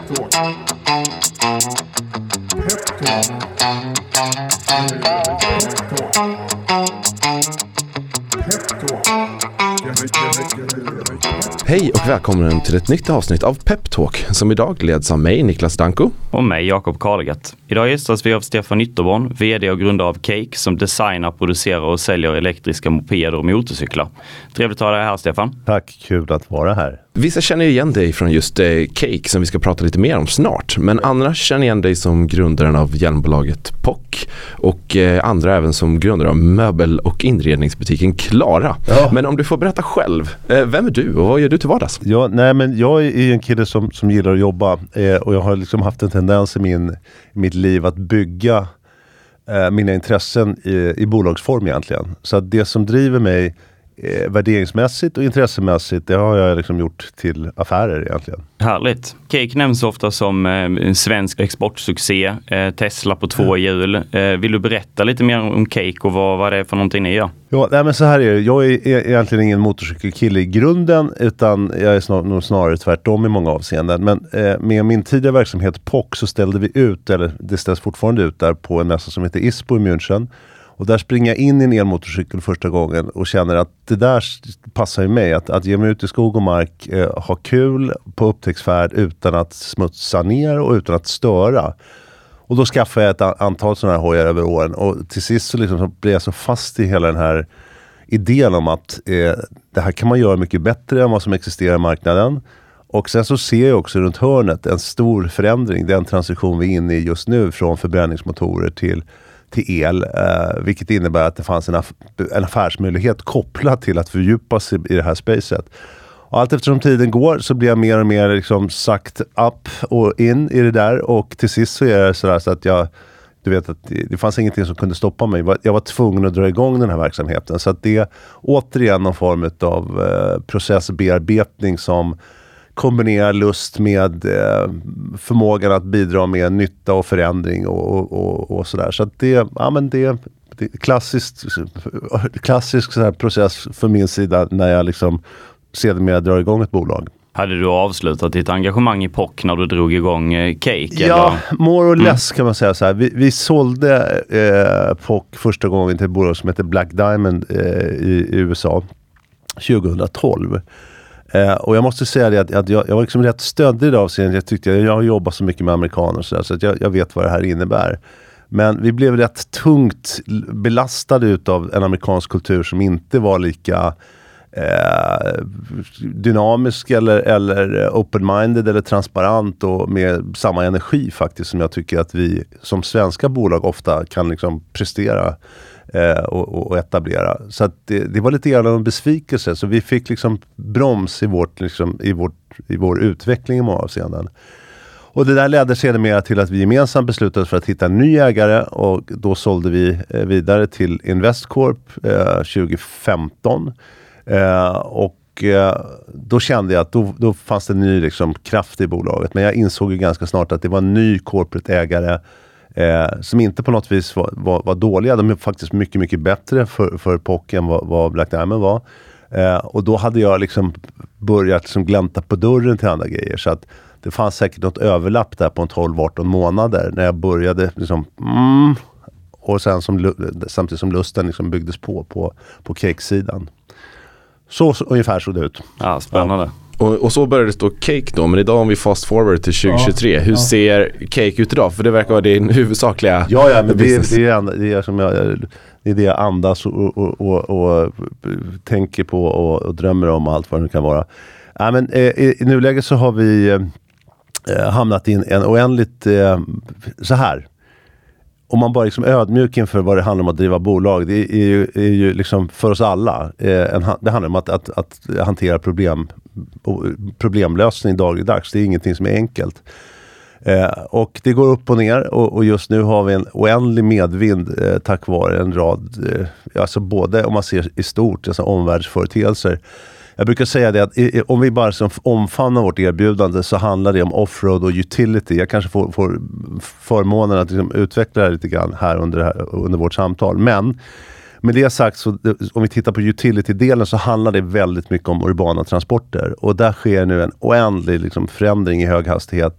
Hej och välkommen till ett nytt avsnitt av Pep Talk som idag leds av mig, Niklas Danko. Och mig, Jakob Karlegat. Idag gästas vi av Stefan Ytterborn, vd och grundare av Cake, som designar, producerar och säljer elektriska mopeder och motorcyklar. Trevligt att ha dig här, Stefan. Tack, kul att vara här. Vissa känner igen dig från just Cake som vi ska prata lite mer om snart. Men andra känner igen dig som grundaren av hjälmbolaget POC och andra även som grundare av möbel- och inredningsbutiken Klara. Ja. Men om du får berätta själv, vem är du och vad gör du till vardags? Ja, men jag är en kille som gillar att jobba och jag har liksom haft en tendens i mitt liv att bygga mina intressen i bolagsform egentligen. Så att det som driver mig värderingsmässigt och intressemässigt, det har jag liksom gjort till affärer egentligen. Härligt. Cake nämns ofta som en svensk exportsuccé, Tesla på 2 hjul. Vill du berätta lite mer om Cake och vad det är för någonting ni gör? Ja, men så här är det. Jag är egentligen ingen motorcykelkille i grunden, utan jag är snarare tvärtom i många avseenden. Men med min tidigare verksamhet POC så ställde vi ut, eller det ställs fortfarande ut där på en mässa som heter ISPO i München. Och där springer jag in i en elmotorcykel första gången och känner att det där passar ju mig. Att ge mig ut i skog och mark, ha kul på upptäcktsfärd utan att smutsa ner och utan att störa. Och då skaffade jag ett antal sådana här hojar över åren. Och till sist så blev jag så fast i hela den här idén om att det här kan man göra mycket bättre än vad som existerar i marknaden. Och sen så ser jag också runt hörnet en stor förändring. Den transition vi är inne i just nu från förbränningsmotorer till el, vilket innebär att det fanns en affärsmöjlighet kopplad till att fördjupa sig i det här spacet. Och allt eftersom tiden går så blir jag mer och mer liksom sagt upp och in i det där, och till sist så är det sådär så att du vet att det fanns ingenting som kunde stoppa mig. Jag var tvungen att dra igång den här verksamheten, så att det är återigen någon form av processbearbetning som kombinerar lust med förmågan att bidra med nytta och förändring och sådär. Så att det är klassisk så här process för min sida när jag liksom sedermera drar igång ett bolag. Hade du avslutat ditt engagemang i POC när du drog igång Cake? Ja, eller? More or less kan man säga så här. Vi sålde POC första gången till ett bolag som heter Black Diamond i USA 2012. Och jag måste säga det att jag var liksom rätt stöddig av sig. Jag tyckte jag har jobbat så mycket med amerikaner så att jag vet vad det här innebär. Men vi blev rätt tungt belastade utav en amerikansk kultur som inte var lika dynamisk eller open-minded eller transparent och med samma energi faktiskt som jag tycker att vi som svenska bolag ofta kan liksom prestera och etablera. Så att det var lite grann en besvikelse, så vi fick liksom broms i vår utveckling i många avseenden. Och det där ledde sedermera till att vi gemensamt beslutade för att hitta en ny ägare, och då sålde vi vidare till Investcorp 2015. Då kände jag att då fanns det en ny liksom kraft i bolaget, men jag insåg ju ganska snart att det var en ny corporate ägare som inte på något vis var dåliga. De är faktiskt mycket, mycket bättre för POC än vad Black Diamond var. Och då hade jag liksom börjat liksom glänta på dörren till andra grejer. Så att det fanns säkert något överlapp där på 12-18 månader när jag började liksom, och sen samtidigt som lusten liksom byggdes på Cake-sidan. Så ungefär såg det ut. Ja, spännande. Och så började det stå Cake då, men idag om vi fast forward till 2023, hur ser Cake ut idag? För det verkar vara din huvudsakliga men det är det jag andas och tänker på och drömmer om, allt vad det kan vara. Ja, men i nuläget så har vi hamnat i en oändligt så här. Om man bara liksom ödmjuk inför vad det handlar om att driva bolag, det är ju liksom för oss alla. Det handlar om att hantera problemlösning dagligdags. Det är ingenting som är enkelt. Och det går upp och ner, och just nu har vi en oändlig medvind tack vare en rad, alltså både om man ser i stort, alltså omvärldsföreteelser. Jag brukar säga det att om vi bara som omfamnar vårt erbjudande så handlar det om offroad och utility. Jag kanske får förmånen att liksom utveckla det lite grann här under vårt samtal. Men med det sagt, så om vi tittar på utility-delen så handlar det väldigt mycket om urbana transporter. Och där sker nu en oändlig liksom förändring i hög hastighet.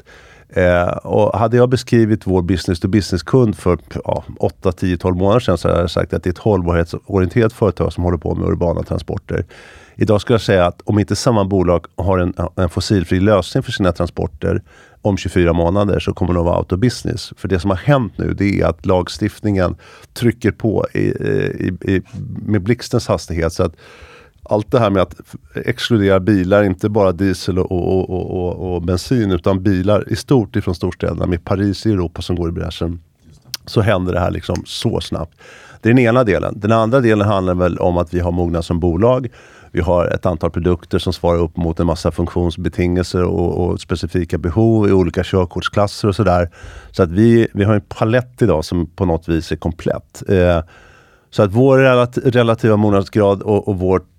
Och hade jag beskrivit vår business-to-business-kund för 8, 10, 12 månader sedan så hade jag sagt att det är ett hållbarhetsorienterat företag som håller på med urbana transporter. Idag skulle jag säga att om inte samma bolag har en fossilfri lösning för sina transporter om 24 månader så kommer det att vara out of business. För det som har hänt nu det är att lagstiftningen trycker på med blixtens hastighet så att allt det här med att exkludera bilar, inte bara diesel och bensin utan bilar i stort ifrån storstäderna med Paris i Europa som går i bräschen så händer det här liksom så snabbt. Det är den ena delen. Den andra delen handlar väl om att vi har mognat som bolag. Vi har ett antal produkter som svarar upp mot en massa funktionsbetingelser och specifika behov i olika körkortsklasser och sådär. Så att vi har en palett idag som på något vis är komplett. Så att vår relativa mognadsgrad och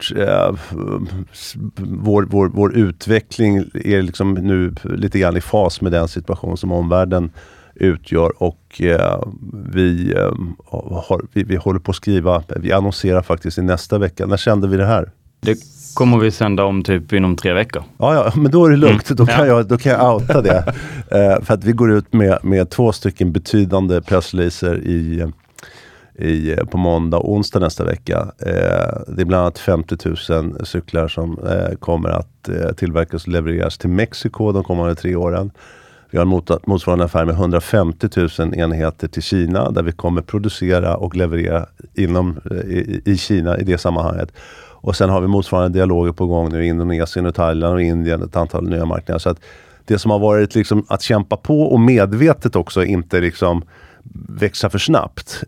vår utveckling är liksom nu lite grann i fas med den situation som omvärlden utgör och vi håller på att skriva, vi annonserar faktiskt i nästa vecka. När kände vi det här? Det kommer vi sända om typ inom 3 veckor. Ja, men då är det lugnt. Då kan jag outa det. För att vi går ut med 2 stycken betydande pressreleaser på måndag och onsdag nästa vecka. Det är bland annat 50 000 cyklar som kommer att tillverkas och levereras till Mexiko de kommande 3 åren. Vi har en motsvarande affär med 150 000 enheter till Kina där vi kommer producera och leverera i Kina i det sammanhanget. Och sen har vi motsvarande dialoger på gång nu i Indonesien och Thailand och Indien, ett antal nya marknader. Så att det som har varit liksom att kämpa på och medvetet också inte liksom växa för snabbt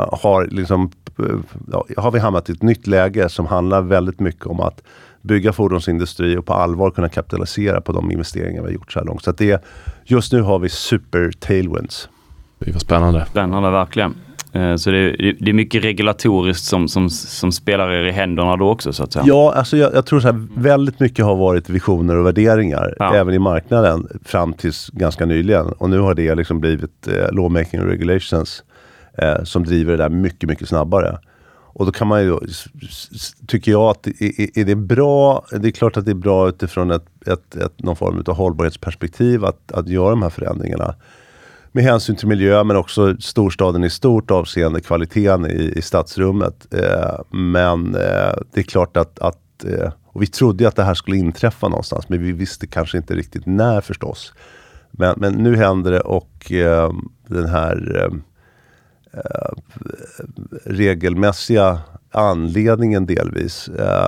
har vi hamnat i ett nytt läge som handlar väldigt mycket om att bygga fordonsindustri och på allvar kunna kapitalisera på de investeringar vi har gjort så här långt. Så att just nu har vi super tailwinds. Det var spännande. Spännande verkligen. Så det är mycket regulatoriskt som spelar er i händerna då också så att säga. Ja, alltså jag tror så här, väldigt mycket har varit visioner och värderingar även i marknaden fram tills ganska nyligen. Och nu har det liksom blivit lawmaking och regulations som driver det där mycket, mycket snabbare. Och då kan man ju, tycker jag att är det bra, det är klart att det är bra utifrån någon form av hållbarhetsperspektiv att göra de här förändringarna. Med hänsyn till miljö men också storstaden i stort avseende kvaliteten i stadsrummet. Men det är klart att och vi trodde att det här skulle inträffa någonstans men vi visste kanske inte riktigt när förstås. Men nu händer det och den här regelmässiga anledningen delvis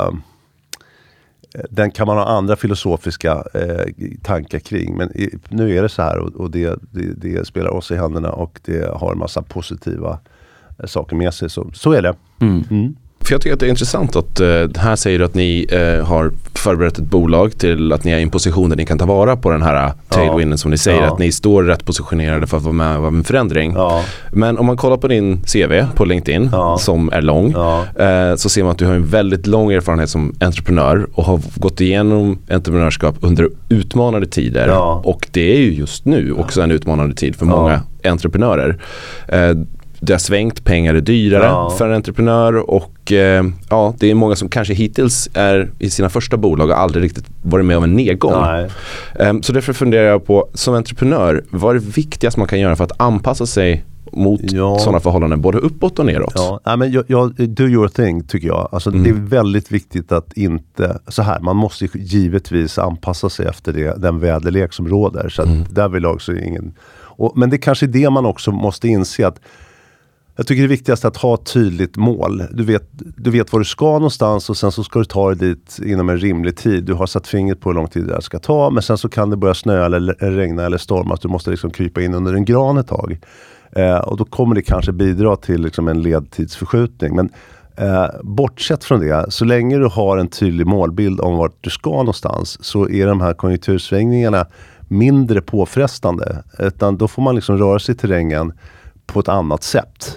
den kan man ha andra filosofiska tankar kring men nu är det så här och det spelar oss i händerna och det har en massa positiva saker med sig så är det. För jag tycker att det är intressant att här säger du att ni har förberett ett bolag till att ni är i en position där ni kan ta vara på den här tailwinden som ni säger, att ni står rätt positionerade för att vara med om en förändring. Ja. Men om man kollar på din CV på LinkedIn som är lång så ser man att du har en väldigt lång erfarenhet som entreprenör och har gått igenom entreprenörskap under utmanande tider och det är ju just nu också en utmanande tid för många entreprenörer. Det har svängt, pengar är dyrare för en entreprenör och det är många som kanske hittills är i sina första bolag och aldrig riktigt varit med om en nedgång. Så därför funderar jag på, som entreprenör, vad är det viktigaste man kan göra för att anpassa sig mot sådana förhållanden, både uppåt och neråt? Men do your thing tycker jag. Alltså, det är väldigt viktigt att inte, så här, man måste givetvis anpassa sig efter den väderlek som råder. Så att därvidlag så är ingen... men det är kanske det man också måste inse att jag tycker det är viktigast att ha ett tydligt mål. Du vet var du ska någonstans och sen så ska du ta dig dit inom en rimlig tid. Du har satt fingret på hur lång tid det ska ta men sen så kan det börja snöa eller regna eller storma att du måste liksom krypa in under en gran ett tag. Och då kommer det kanske bidra till liksom en ledtidsförskjutning. Men bortsett från det, så länge du har en tydlig målbild om vart du ska någonstans så är de här konjunktursvängningarna mindre påfrestande. Utan då får man liksom röra sig i terrängen på ett annat sätt.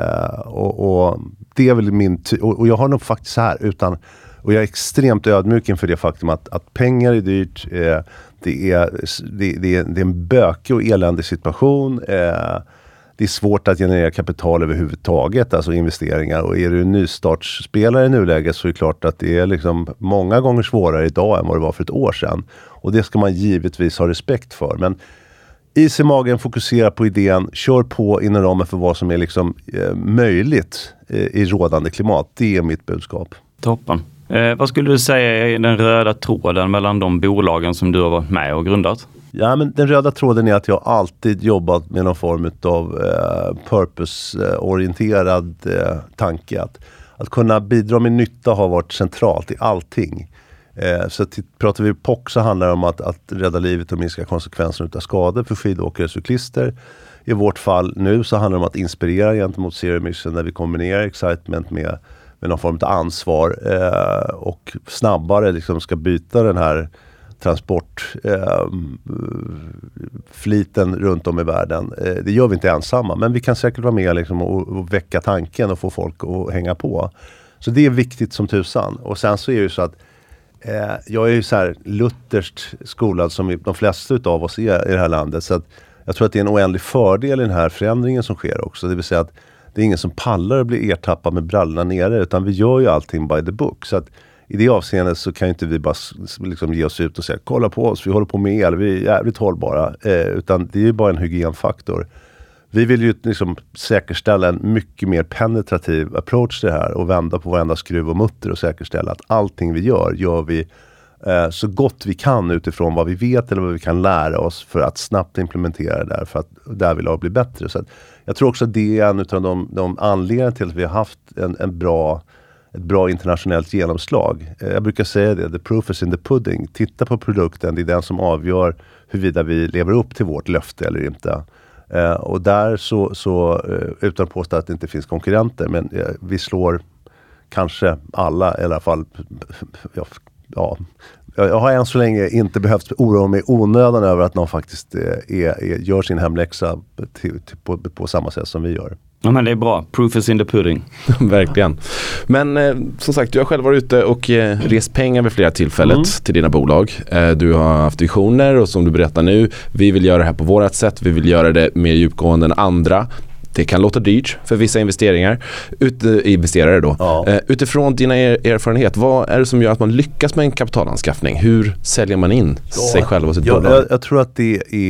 Och det är väl och jag har nog faktiskt så här och jag är extremt ödmjuk inför det faktum att pengar är dyrt. Det är en bökig och eländig situation. Det är svårt att generera kapital överhuvudtaget, alltså investeringar. Och är du en nystartsspelare i nuläget så är det klart att det är liksom många gånger svårare idag än vad det var för ett år sedan. Och det ska man givetvis ha respekt för. Men is i magen, fokusera på idén, kör på inom ramen för vad som är liksom möjligt i rådande klimat. Det är mitt budskap. Toppen. Vad skulle du säga är den röda tråden mellan de bolagen som du har varit med och grundat? Ja, men den röda tråden är att jag alltid jobbat med någon form av purpose-orienterad tanke. Att kunna bidra med nytta har varit centralt i allting. Så pratar vi POC så handlar det om att rädda livet och minska konsekvenserna av skador för skidåkare och cyklister. I vårt fall nu så handlar det om att inspirera gentemot Zero Mission när vi kombinerar excitement med någon form av ansvar och snabbare liksom ska byta den här transportfliten runt om i världen. Det gör vi inte ensamma, men vi kan säkert vara med liksom och väcka tanken och få folk att hänga på. Så det är viktigt som tusan. Och sen så är det ju så att jag är ju så här lutherskt skolad som de flesta av oss är i det här landet. Så att jag tror att det är en oändlig fördel i den här förändringen som sker också. Det vill säga att det är ingen som pallar att bli ertappad med brallorna nere, utan vi gör ju allting by the book. Så att i det avseendet så kan inte vi bara liksom ge oss ut och säga kolla på oss, vi håller på med el, vi är jävligt hållbara. Utan det är ju bara en hygienfaktor. Vi vill ju liksom säkerställa en mycket mer penetrativ approach till det här och vända på varenda skruv och mutter och säkerställa att allting vi gör vi så gott vi kan utifrån vad vi vet eller vad vi kan lära oss för att snabbt implementera det där för att där vill jag bli bättre. Så att jag tror också att det är en av de anledningarna till att vi har haft ett bra internationellt genomslag. Jag brukar säga det, the proof is in the pudding. Titta på produkten, det är den som avgör huruvida vi lever upp till vårt löfte eller inte. Och där så utan att påstå att det inte finns konkurrenter, men vi slår kanske alla i alla fall. Jag har än så länge inte behövt oroa mig onödan över att någon faktiskt gör sin hemläxa på samma sätt som vi gör. Ja, men det är bra. Proof is in the pudding. Verkligen. Men som sagt, du har själv varit ute och rest pengar vid flera tillfällen till dina bolag. Du har haft visioner och som du berättar nu, vi vill göra det här på vårat sätt. Vi vill göra det mer djupgående än andra. Det kan låta dyrt för vissa investerare då. Ja. Utifrån dina erfarenhet, vad är det som gör att man lyckas med en kapitalanskaffning? Hur säljer man in sig själv och sitt bolag? Jag tror att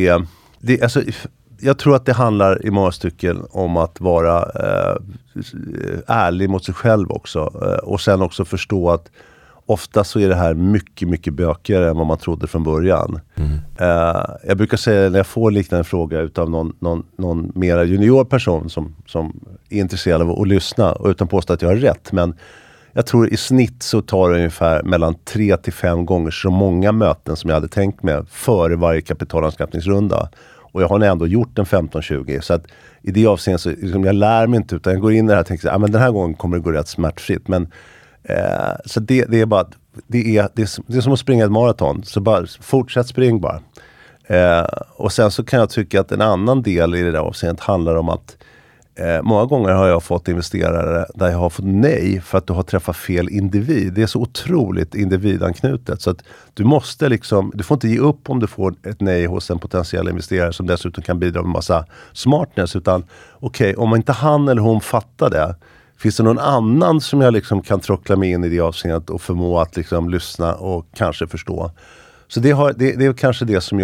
jag tror att det handlar i många stycken om att vara ärlig mot sig själv också. Och sen också förstå att ofta så är det här mycket, mycket bökigare än vad man trodde från början. Jag brukar säga när jag får liknande fråga utav någon mera junior person som är intresserad av att lyssna och utan påstå att jag har rätt. Men jag tror i snitt så tar det ungefär mellan 3 till 5 gånger så många möten som jag hade tänkt med före varje kapitalanskaffningsrunda. Och jag har ändå gjort en 15-20. Så att i det avseendet så liksom, jag lär mig inte utan jag går in i det här och tänker men den här gången kommer det gå rätt smärtfritt. Men så det är bara det är som att springa ett maraton. Så bara fortsätt spring bara. Och sen så kan jag tycka att en annan del i det där avseendet handlar om att många gånger har jag fått investerare där jag har fått nej för att du har träffat fel individ. Det är så otroligt individanknutet så att du får inte ge upp om du får ett nej hos en potentiell investerare som dessutom kan bidra med massa smartness, utan om inte han eller hon fattar det, finns det någon annan som jag liksom kan trockla mig in i det avseendet och förmå att liksom lyssna och kanske förstå. Så det är kanske det som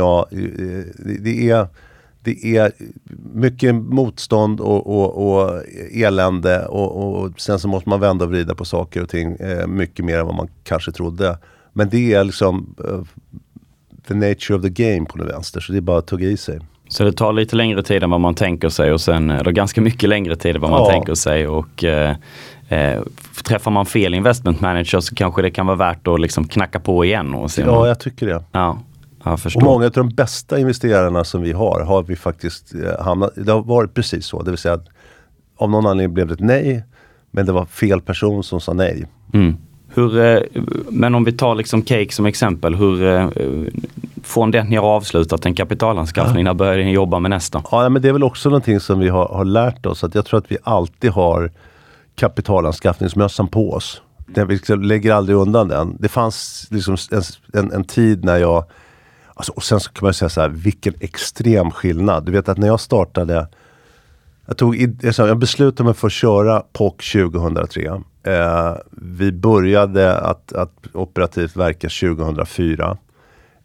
det är mycket motstånd och elände och sen så måste man vända och vrida på saker och ting mycket mer än vad man kanske trodde. Men det är liksom the nature of the game på den vänster, så det är bara att tugga i sig. Så det tar lite längre tid än vad man tänker sig och sen är det ganska mycket längre tid än vad man tänker sig och träffar man fel investment manager så kanske det kan vara värt att liksom knacka på igen. Och se jag tycker det. Ja. Och många av de bästa investerarna som vi har vi faktiskt hamnat, det har varit precis så. Det vill säga att av någon anledning blev det ett nej, men det var fel person som sa nej. Men om vi tar liksom Cake som exempel, från det ni har avslutat en kapitalanskaffning, när börjar ni jobba med nästa? Ja, men det är väl också någonting som vi har lärt oss, att jag tror att vi alltid har kapitalanskaffningsmössan på oss. Vi lägger aldrig undan den. Det fanns liksom en tid när jag och sen så kan man säga så här, vilken extrem skillnad. Du vet att när jag startade, jag beslutade mig för att köra POC 2003. Vi började att operativt verka 2004.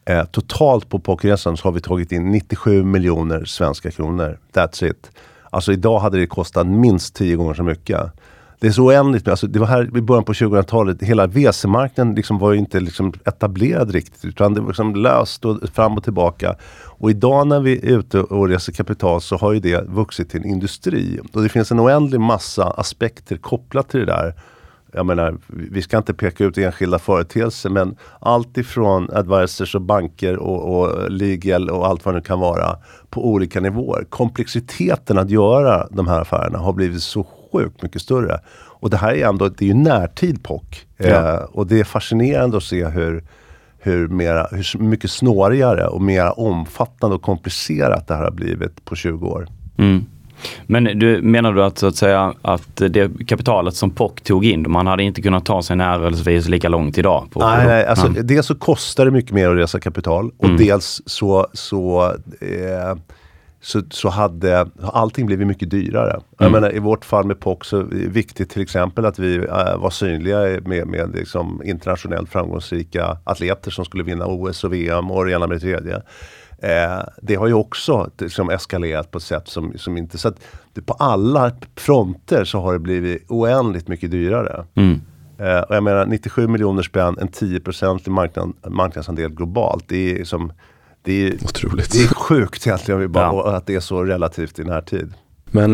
Totalt på POC-resan så har vi tagit in 97 miljoner svenska kronor. That's it. Alltså idag hade det kostat minst 10 gånger så mycket. Det är så oändligt. Alltså det var här i början på 2000-talet. Hela VC-marknaden liksom var ju inte liksom etablerad riktigt. Utan det var liksom löst och fram och tillbaka. Och idag när vi är ute och reser kapital så har ju det vuxit till en industri. Och det finns en oändlig massa aspekter kopplat till det där. Jag menar, vi ska inte peka ut enskilda företeelser, men allt ifrån advisors och banker och legal och allt vad det kan vara på olika nivåer. Komplexiteten att göra de här affärerna har blivit så sjukt mycket större. Och det här är ändå, det är ju närtid POC. Och det är fascinerande att se hur mycket snårigare och mer omfattande och komplicerat det här har blivit på 20 år. Mm. Men menar du att, så att säga, att det kapitalet som POC tog in, man hade inte kunnat ta sig närhelsevis lika långt idag? Nej, alltså dels så kostar det mycket mer att resa kapital och dels så hade allting blivit mycket dyrare. Jag menar, i vårt fall med POC så är det viktigt till exempel att vi var synliga med liksom internationellt framgångsrika atleter som skulle vinna OS och VM och det ena med det tredje. Det har ju också liksom eskalerat på ett sätt som inte... Så att på alla fronter så har det blivit oändligt mycket dyrare. Och jag menar 97 miljoner spänn, en 10% marknadsandel globalt. Det är som... Det är otroligt. Det är sjukt egentligen att det är så relativt i den här tid. Men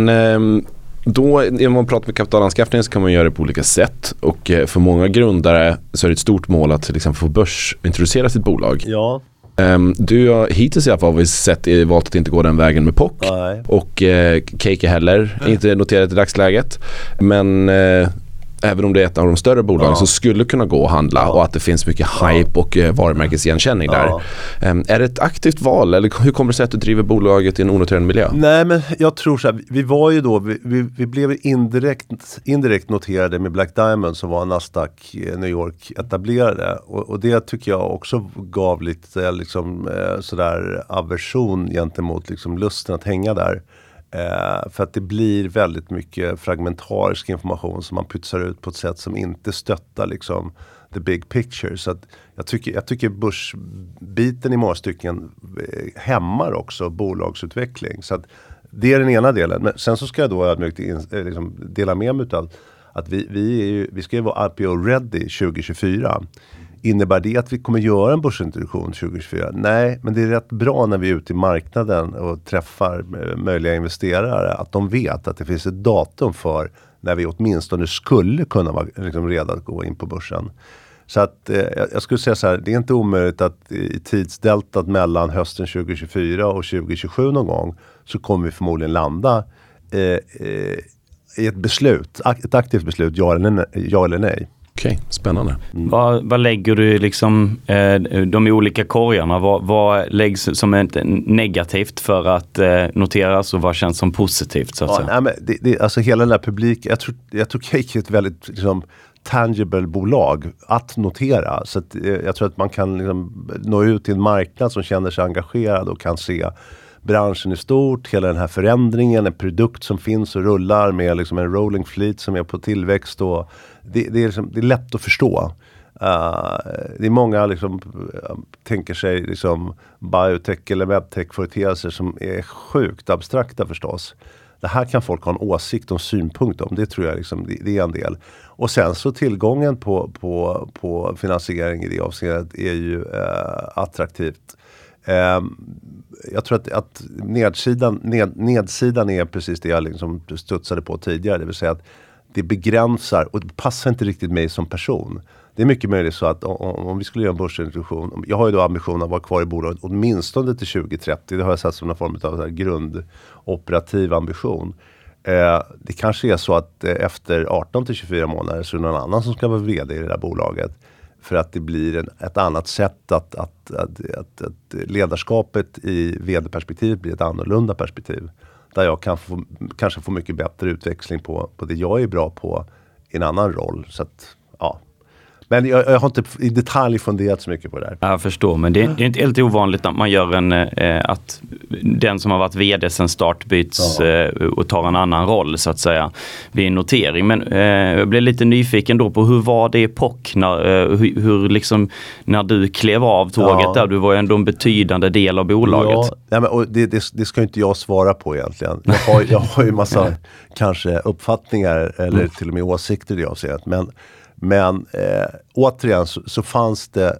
då, när man pratar med kapitalanskaffning så kan man göra det på olika sätt. Och för många grundare så är det ett stort mål att till exempel få börsintroducera sitt bolag. Ja. Du har hittills i alla fall valt att inte gå den vägen med POC. Nej. Och Cake heller inte noterat i dagsläget. Men även om det är ett av de större bolagen så skulle kunna gå och handla och att det finns mycket hype och varumärkesigenkänning där. Är det ett aktivt val eller hur kommer det sig att du driver bolaget i en onoterad miljö? Nej, men jag tror så här, vi var ju då, vi blev indirekt noterade med Black Diamond som var Nasdaq New York etablerade och det tycker jag också gav lite liksom, sådär aversion gentemot liksom, lusten att hänga där. För att det blir väldigt mycket fragmentarisk information som man pytsar ut på ett sätt som inte stöttar liksom the big picture. Så att jag tycker börsbiten i många stycken hämmar också bolagsutveckling. Så att det är den ena delen. Men sen så ska jag då liksom dela med mig av att vi ska ju vara IPO-ready 2024. Innebär det att vi kommer göra en börsintroduktion 2024? Nej, men det är rätt bra när vi är ute i marknaden och träffar möjliga investerare att de vet att det finns ett datum för när vi åtminstone skulle kunna vara liksom redo att gå in på börsen. Så att jag skulle säga så här, det är inte omöjligt att i tidsdeltat mellan hösten 2024 och 2027 någon gång så kommer vi förmodligen landa i ett beslut, ett aktivt beslut, ja eller nej. Okej, spännande. Vad lägger du liksom de olika korgarna? Vad läggs som ett negativt för att noteras och vad känns som positivt? Så att säga? Nej, men alltså hela den här publiken, jag tror Cake är ett väldigt liksom, tangible bolag att notera. Så att, jag tror att man kan liksom, nå ut till en marknad som känner sig engagerad och kan se branschen i stort, hela den här förändringen, en produkt som finns och rullar med liksom en rolling fleet som är på tillväxt och det är lätt att förstå. Det är många liksom, tänker sig liksom biotech eller webtech-företeelser som är sjukt abstrakta förstås. Det här kan folk ha en åsikt och synpunkt om. Det tror jag liksom, det är en del. Och sen så tillgången på finansiering i det avseendet är ju attraktivt. Jag tror att nedsidan är precis det jag liksom studsade på tidigare. Det vill säga att det begränsar och det passar inte riktigt mig som person. Det är mycket möjligt så att om vi skulle göra en börsintroduktion. Jag har ju då ambitionen att vara kvar i bolaget åtminstone till 2030. Det har jag satt som en form av grundoperativ ambition. Det kanske är så att efter 18 till 24 månader så är det någon annan som ska vara vd i det där bolaget. För att det blir ett annat sätt att ledarskapet i vd-perspektivet blir ett annorlunda perspektiv. Där jag kan kanske få mycket bättre utväxling på det jag är bra på i en annan roll. Så att, ja. Men jag har inte i detalj funderat så mycket på det här. Jag förstår, men det är inte helt ovanligt att man gör att den som har varit vd sen start byts och tar en annan roll så att säga vid en notering. Men jag blev lite nyfiken då på hur var det i POC hur liksom när du klev av tåget där, du var ju ändå en betydande del av bolaget. Ja, men, och det ska inte jag svara på egentligen. Jag har ju massa kanske uppfattningar eller till och med åsikter i det avseendet. Men återigen så fanns det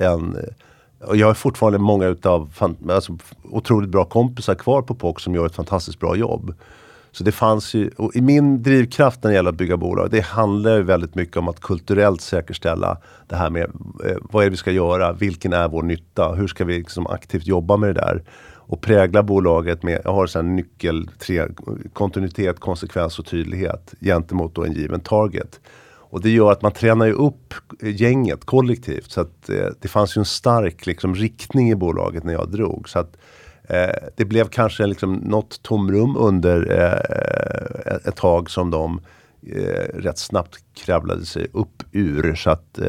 och jag har fortfarande många utav otroligt bra kompisar kvar på POC som gör ett fantastiskt bra jobb. Så det fanns ju, och i min drivkraft när det gäller att bygga bolag, det handlar ju väldigt mycket om att kulturellt säkerställa det här med vad är det vi ska göra, vilken är vår nytta, hur ska vi liksom aktivt jobba med det där och prägla bolaget med, jag har så här nyckel 3, kontinuitet, konsekvens och tydlighet gentemot då en given target. Och det gör att man tränar ju upp gänget kollektivt. Så att det fanns ju en stark liksom, riktning i bolaget när jag drog. Så att det blev kanske liksom, något tomrum under ett tag som de rätt snabbt kravlade sig upp ur. Så att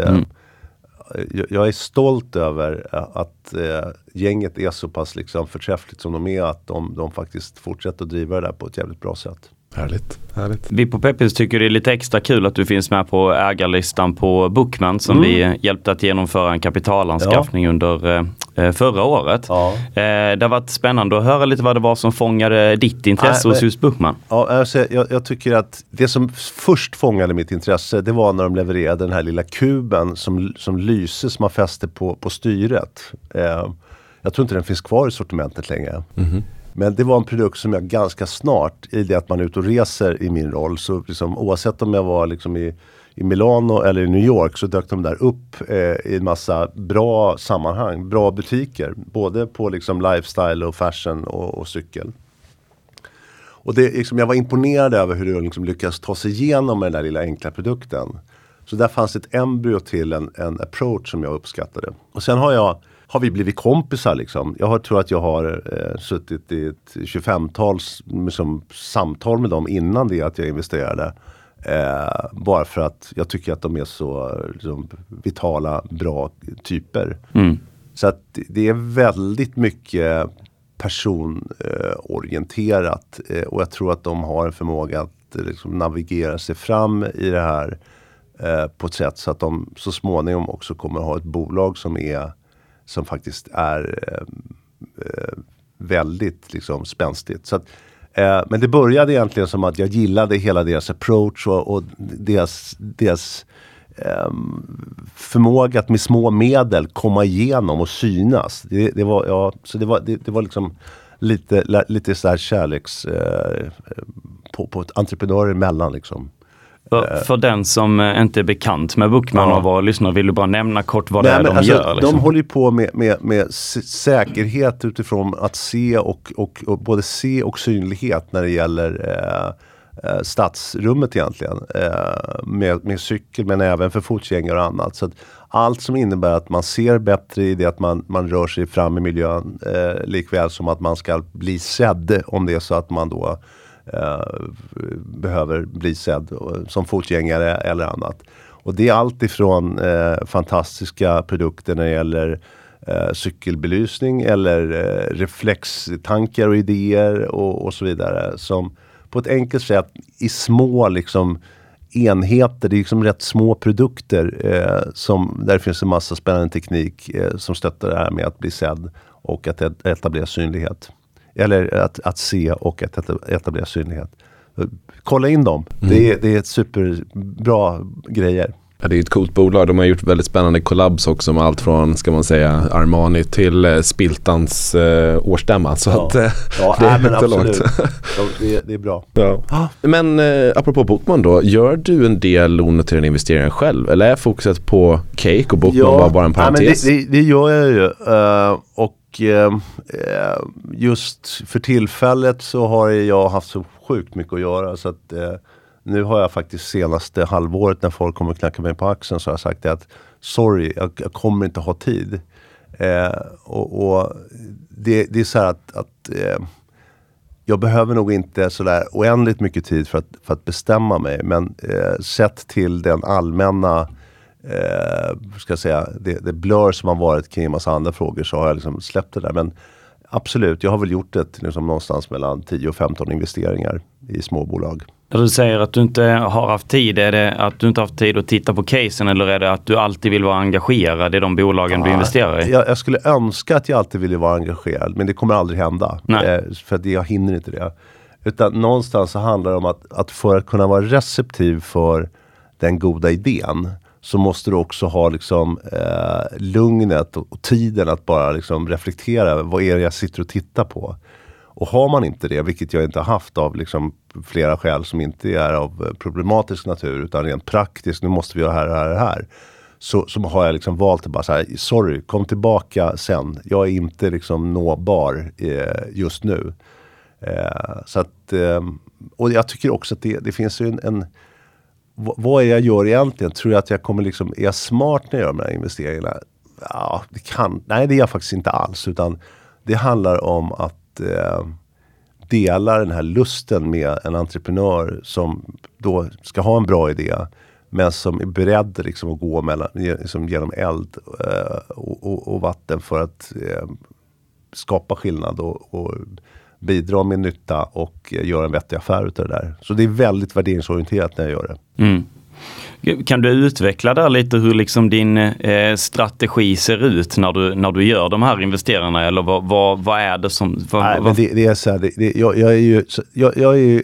jag är stolt över att gänget är så pass liksom, förträffligt som de är. Att de faktiskt fortsätter att driva det där på ett jävligt bra sätt. Härligt. Vi på Peppis tycker det är lite extra kul att du finns med på ägarlistan på Bookman som vi hjälpte att genomföra en kapitalanskaffning under förra året. Ja. Det har varit spännande att höra lite vad det var som fångade ditt intresse hos just Bookman. Ja, alltså, jag tycker att det som först fångade mitt intresse, det var när de levererade den här lilla kuben som lyser som man fäster på styret. Jag tror inte den finns kvar i sortimentet längre. Mm-hmm. Men det var en produkt som jag ganska snart, i det att man är ute och reser i min roll, så liksom, oavsett om jag var liksom i Milano eller i New York, så dök de där upp i en massa bra sammanhang, bra butiker, både på liksom lifestyle och fashion och cykel. Och det, liksom, jag var imponerad över hur de liksom lyckas ta sig igenom med den där lilla enkla produkten. Så där fanns ett embryo till en approach som jag uppskattade. Och sen har vi blivit kompisar liksom. Jag tror att jag har suttit i ett 25-tals liksom, samtal med dem innan det att jag investerade. Bara för att jag tycker att de är så liksom, vitala, bra typer. Så att det är väldigt mycket personorienterat. Och jag tror att de har en förmåga att liksom, navigera sig fram i det här på ett sätt så att de så småningom också kommer att ha ett bolag som faktiskt är väldigt liksom, spänstigt. Så att, men det började egentligen som att jag gillade hela deras approach och deras förmåga att med små medel komma igenom och synas. Det var liksom lite så här kärleks på ett entreprenörer emellan liksom. För den som inte är bekant med Bookman och var lyssnar, vill du bara nämna kort vad det är de gör? Liksom? De håller ju på med säkerhet utifrån att se och både se och synlighet när det gäller stadsrummet egentligen. Med cykel men även för fotgängare och annat. Så att allt som innebär att man ser bättre i det att man rör sig fram i miljön likväl som att man ska bli sedd om det är så att man då behöver bli sedd som fotgängare eller annat. Och det är allt ifrån fantastiska produkter när det gäller cykelbelysning eller reflextankar och idéer och så vidare som på ett enkelt sätt i små liksom enheter, det är liksom rätt små produkter där finns en massa spännande teknik som stöttar det här med att bli sedd och att etablera synlighet. Eller att se och att etablera synlighet. Kolla in dem. Det är ett superbra grejer. Ja, det är ett coolt bolag. De har gjort väldigt spännande collabs också med allt från, ska man säga, Armani till Spiltans årsstämma. Så att det är inte långt. Det är bra. Ja. Men apropå Bookman då, gör du en del onoterade investeringar själv? Eller är fokuset på Cake och Bookman var bara en parentes? Ja, men det gör jag ju. Och just för tillfället så har jag haft så sjukt mycket att göra så att nu har jag faktiskt senaste halvåret när folk kommer knacka mig på axeln så har jag sagt att sorry, jag kommer inte ha tid. Och det är så här att jag behöver nog inte så där oändligt mycket tid för att bestämma mig, men sett till den allmänna ska jag säga, det blur som har varit kring en massa andra frågor, så har jag liksom släppt det där. Men absolut, jag har väl gjort det liksom någonstans mellan 10 och 15 investeringar i småbolag. När du säger att du inte har haft tid, är det att du inte har haft tid att titta på casen, eller är det att du alltid vill vara engagerad i de bolagen du investerar i? Jag skulle önska att jag alltid ville vara engagerad, men det kommer aldrig hända. För att jag hinner inte det. Utan någonstans så handlar det om att för att kunna vara receptiv för den goda idén, så måste du också ha liksom, lugnet och tiden att bara liksom reflektera. Vad är det jag sitter och tittar på? Och har man inte det, vilket jag inte har haft av liksom flera skäl som inte är av problematisk natur, utan rent praktiskt, nu måste vi göra det här. Så har jag liksom valt att bara så här, sorry, kom tillbaka sen. Jag är inte liksom nåbar just nu. Så att, och jag tycker också att det finns ju en vad är jag gör egentligen? Tror jag att jag kommer liksom, är jag smart när jag gör de här investeringarna? Ja, nej, det är jag faktiskt inte alls, utan det handlar om att dela den här lusten med en entreprenör som då ska ha en bra idé, men som är beredd liksom att gå liksom genom eld och vatten för att skapa skillnad och bidra med nytta och göra en vettig affär utav det där. Så det är väldigt värderingsorienterat när jag gör det. Mm. Kan du utveckla där lite hur liksom din strategi ser ut när du gör de här investeringarna, eller vad är det som... Men det är så här, jag är ju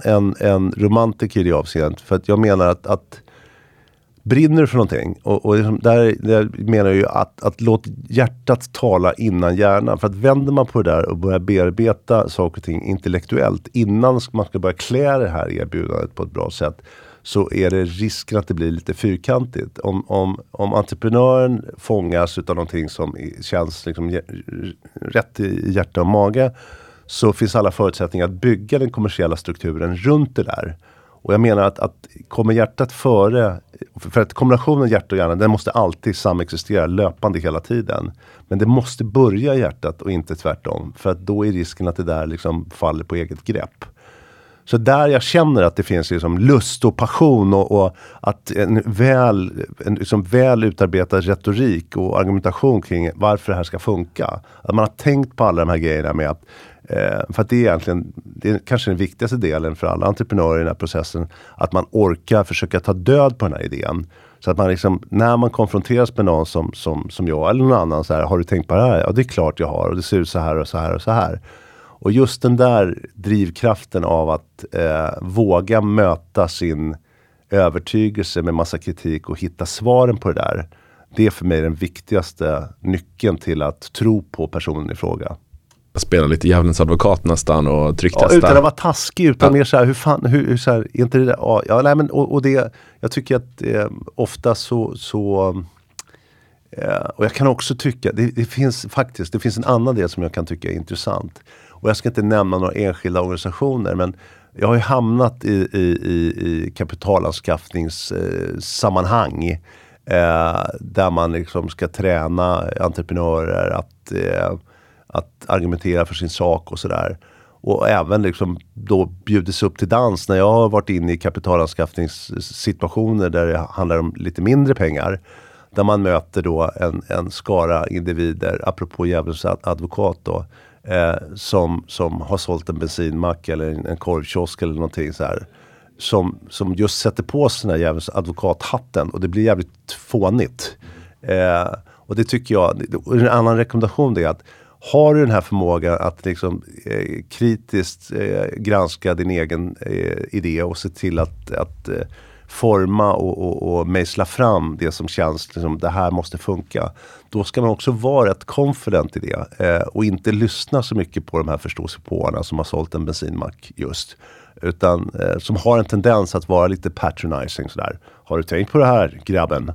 en romantiker i det avseendet, för att jag menar att brinner för någonting, och liksom där menar jag ju att låt hjärtat tala innan hjärnan. För att vänder man på det där och börjar bearbeta saker och ting intellektuellt innan man ska börja klä det här erbjudandet på ett bra sätt, så är det risken att det blir lite fyrkantigt. Om entreprenören fångas utav någonting som känns liksom rätt i hjärta och mage, så finns alla förutsättningar att bygga den kommersiella strukturen runt det där. Och jag menar att kommer hjärtat före, för att kombinationen hjärta och hjärna, den måste alltid samexistera löpande hela tiden. Men det måste börja i hjärtat och inte tvärtom, för att då är risken att det där liksom faller på eget grepp. Så där jag känner att det finns liksom lust och passion och att en liksom väl utarbetad retorik och argumentation kring varför det här ska funka. Att man har tänkt på alla de här grejerna med att för att det är kanske den viktigaste delen för alla entreprenörer i den här processen, att man orkar försöka ta död på den här idén. Så att man liksom, när man konfronteras med någon som jag eller någon annan, så här, har du tänkt på det här? Ja, det är klart jag har, och det ser ut så här och så här och så här. Och just den där drivkraften av att våga möta sin övertygelse med massa kritik och hitta svaren på det där, det är för mig den viktigaste nyckeln till att tro på personen i fråga. Spela lite djävulens advokat nästan och trycktesta. Ja, utan att vara taskig, utan mer så här, hur så här, inte det där, ja, nej, men och det, jag tycker att ofta så och jag kan också tycka, det finns en annan del som jag kan tycka är intressant. Och jag ska inte nämna några enskilda organisationer, men jag har ju hamnat i kapitalanskaffningssammanhang där man liksom ska träna entreprenörer att argumentera för sin sak och sådär. Och även liksom då bjuds upp till dans när jag har varit inne i kapitalanskaffningssituationer där det handlar om lite mindre pengar. Där man möter då en skara individer, apropå djävulens advokat då, som har sålt en bensinmack eller en korvkiosk eller någonting så här. Som just sätter på sig den här djävulens advokathatten, och det blir jävligt fånigt. Och det tycker jag, och en annan rekommendation är att har du den här förmågan att liksom, kritiskt granska din egen idé och se till att forma och mejsla fram det som känns liksom, det här måste funka. Då ska man också vara rätt confident i det och inte lyssna så mycket på de här förståsigpåarna som har sålt en bensinmack just. Utan som har en tendens att vara lite patronizing sådär. Har du tänkt på det här, grabben?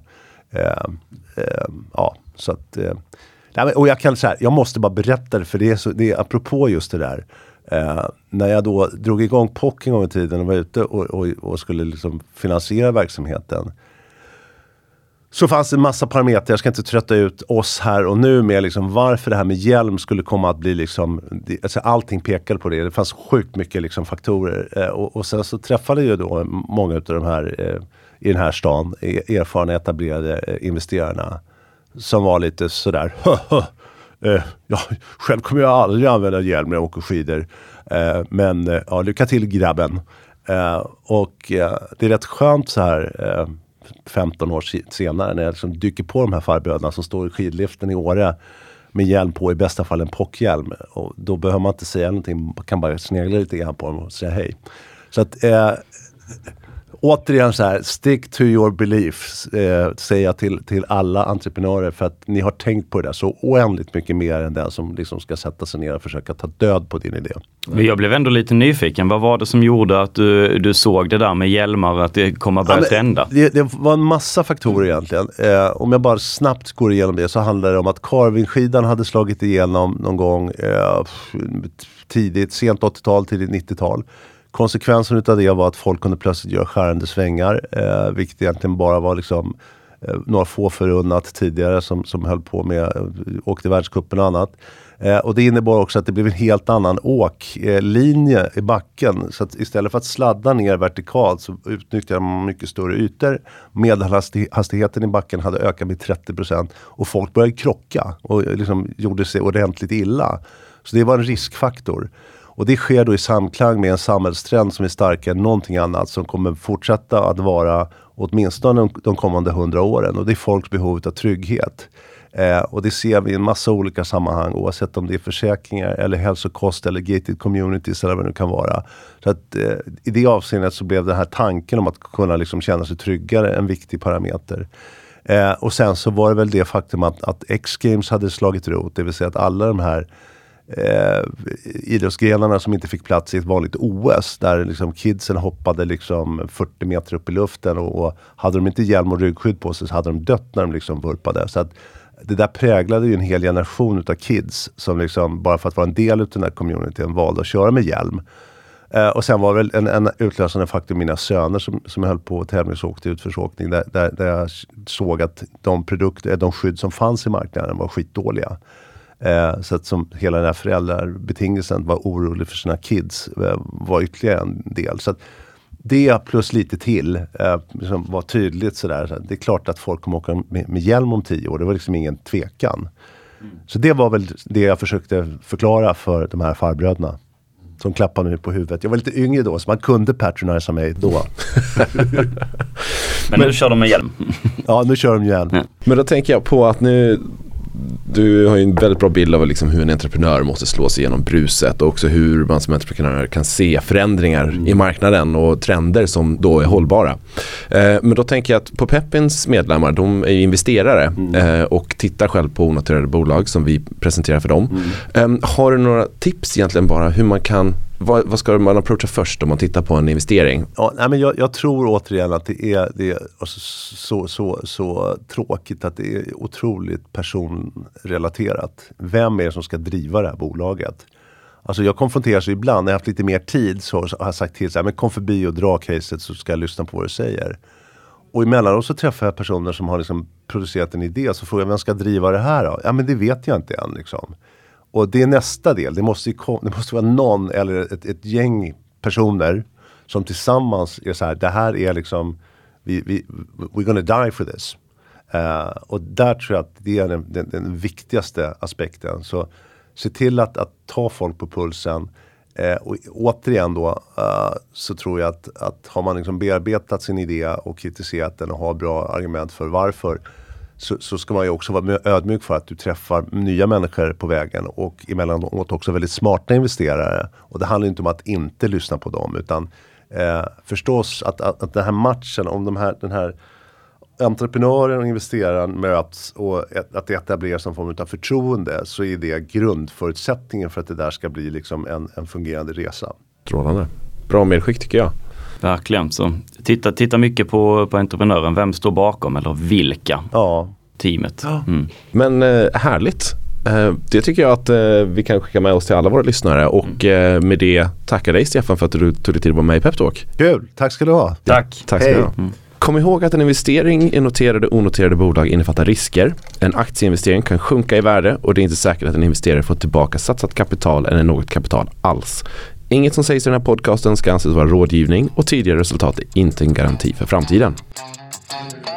Ja, så att... och jag kan säga, jag måste bara berätta det, för det är apropå just det där. När jag då drog igång POC en gång i tiden och var ute och skulle liksom finansiera verksamheten, så fanns det en massa parametrar. Jag ska inte trötta ut oss här och nu med liksom varför det här med hjälm skulle komma att bli liksom, alltså allting pekade på det. Det fanns sjukt mycket liksom faktorer. Och sen så träffade jag då många av de här i den här stan, erfarna etablerade investerarna som var lite sådär ja, själv kommer jag aldrig använda hjälm när jag åker skidor, men ja, lycka till grabben. Och det är rätt skönt så här 15 år senare när jag liksom dyker på de här farbröderna som står i skidliften i Åre med hjälm på, i bästa fall en pockhjälm, och då behöver man inte säga någonting, man kan bara snegla lite grann på dem och säga hej. Så att återigen så här, stick to your beliefs, säger jag till alla entreprenörer, för att ni har tänkt på det där så oändligt mycket mer än den som liksom ska sätta sig ner och försöka ta död på din idé. Jag blev ändå lite nyfiken. Vad var det som gjorde att du såg det där med hjälmar, att det kommer att börja trenda? Det var en massa faktorer egentligen. Om jag bara snabbt går igenom det, så handlar det om att Carving-skidan hade slagit igenom någon gång sent 80-tal, tidigt 90-tal. Konsekvensen utav det var att folk kunde plötsligt göra skärande svängar, vilket egentligen bara var liksom några få förunnat tidigare som höll på med, åkte världscupen och annat. Och det innebar också att det blev en helt annan åklinje i backen. Så att istället för att sladda ner vertikalt så utnyttjade man mycket större ytor. Medelhastigheten i backen hade ökat med 30% och folk började krocka och liksom gjorde sig ordentligt illa. Så det var en riskfaktor. Och det sker då i samklang med en samhällstrend som är starkare än någonting annat, som kommer fortsätta att vara åtminstone de kommande 100 åren. Och det är folks behov av trygghet. Och det ser vi i en massa olika sammanhang, oavsett om det är försäkringar eller hälsokost eller gated communities eller vad det nu kan vara. Så att i det avseendet så blev den här tanken om att kunna liksom känna sig tryggare en viktig parameter. Och sen så var det väl det faktum att X-Games hade slagit rot, det vill säga att alla de här idrottsgrenarna som inte fick plats i ett vanligt OS, där liksom kidsen hoppade liksom 40 meter upp i luften och hade de inte hjälm och ryggskydd på sig så hade de dött när de liksom vurpade. Så att det där präglade ju en hel generation utav kids som liksom, bara för att vara en del av den här communityn, valde att köra med hjälm. Och sen var väl en utlösande faktor mina söner som jag höll på tävlingsåkte utförsåkning, där jag såg att de skydd som fanns i marknaden var skitdåliga. Så att som hela den här föräldrarbetingelsen var orolig för sina kids var ytterligare en del. Så att det plus lite till som var tydligt sådär. Så det är klart att folk kommer åka med hjälm om 10 år. Det var liksom ingen tvekan. Så det var väl det jag försökte förklara för de här farbröderna. Som klappade mig på huvudet. Jag var lite yngre då, så man kunde patronisa mig då. Men nu kör de med hjälm. Ja, nu kör de hjälm. Men då tänker jag på att du har ju en väldigt bra bild av liksom hur en entreprenör måste slå sig igenom bruset, och också hur man som entreprenör kan se förändringar i marknaden och trender som då är hållbara. Men då tänker jag att på Pepins medlemmar, de är investerare och tittar själv på onoterade bolag som vi presenterar för dem. Har du några tips egentligen bara hur man kan, vad ska man approacha först om man tittar på en investering? Ja, nej, men jag tror återigen att det är så tråkigt att det är otroligt personrelaterat. Vem är det som ska driva det här bolaget? Alltså jag konfronteras ibland, när jag har haft lite mer tid så har jag sagt till så här, men kom förbi och dra caset så ska jag lyssna på vad du säger. Och emellanåt så träffar jag personer som har liksom producerat en idé, så frågar jag, vem ska driva det här då? Ja, men det vet jag inte än liksom. Och det är nästa del. Det måste vara någon eller ett gäng personer som tillsammans är så här, det här är liksom, we're gonna die for this. Och där tror jag att det är den viktigaste aspekten. Så se till att ta folk på pulsen. Och återigen då så tror jag att har man liksom bearbetat sin idé och kritiserat den och har bra argument för varför, så ska man ju också vara ödmjuk för att du träffar nya människor på vägen, och emellanåt också väldigt smarta investerare. Och det handlar inte om att inte lyssna på dem, utan förstås att den här matchen, om den här entreprenören och investeraren möts och att det etableras en form av förtroende, så är det grundförutsättningen för att det där ska bli liksom en fungerande resa. Strålande. Bra medskick tycker jag. Verkligen. Så titta mycket på entreprenören. Vem står bakom eller vilka? Ja. Teamet. Ja. Men härligt. Det tycker jag att vi kan skicka med oss till alla våra lyssnare, och med det tackar dig Stefan för att du tog dig tid att vara med i Peptalk. Kul, tack ska du ha. Tack ska du ha. Kom ihåg att en investering i noterade och onoterade bolag innefattar risker. En aktieinvestering kan sjunka i värde, och det är inte säkert att en investerare får tillbaka satsat kapital eller något kapital alls. Inget som sägs i den här podcasten ska anses vara rådgivning och tidigare resultat är inte en garanti för framtiden.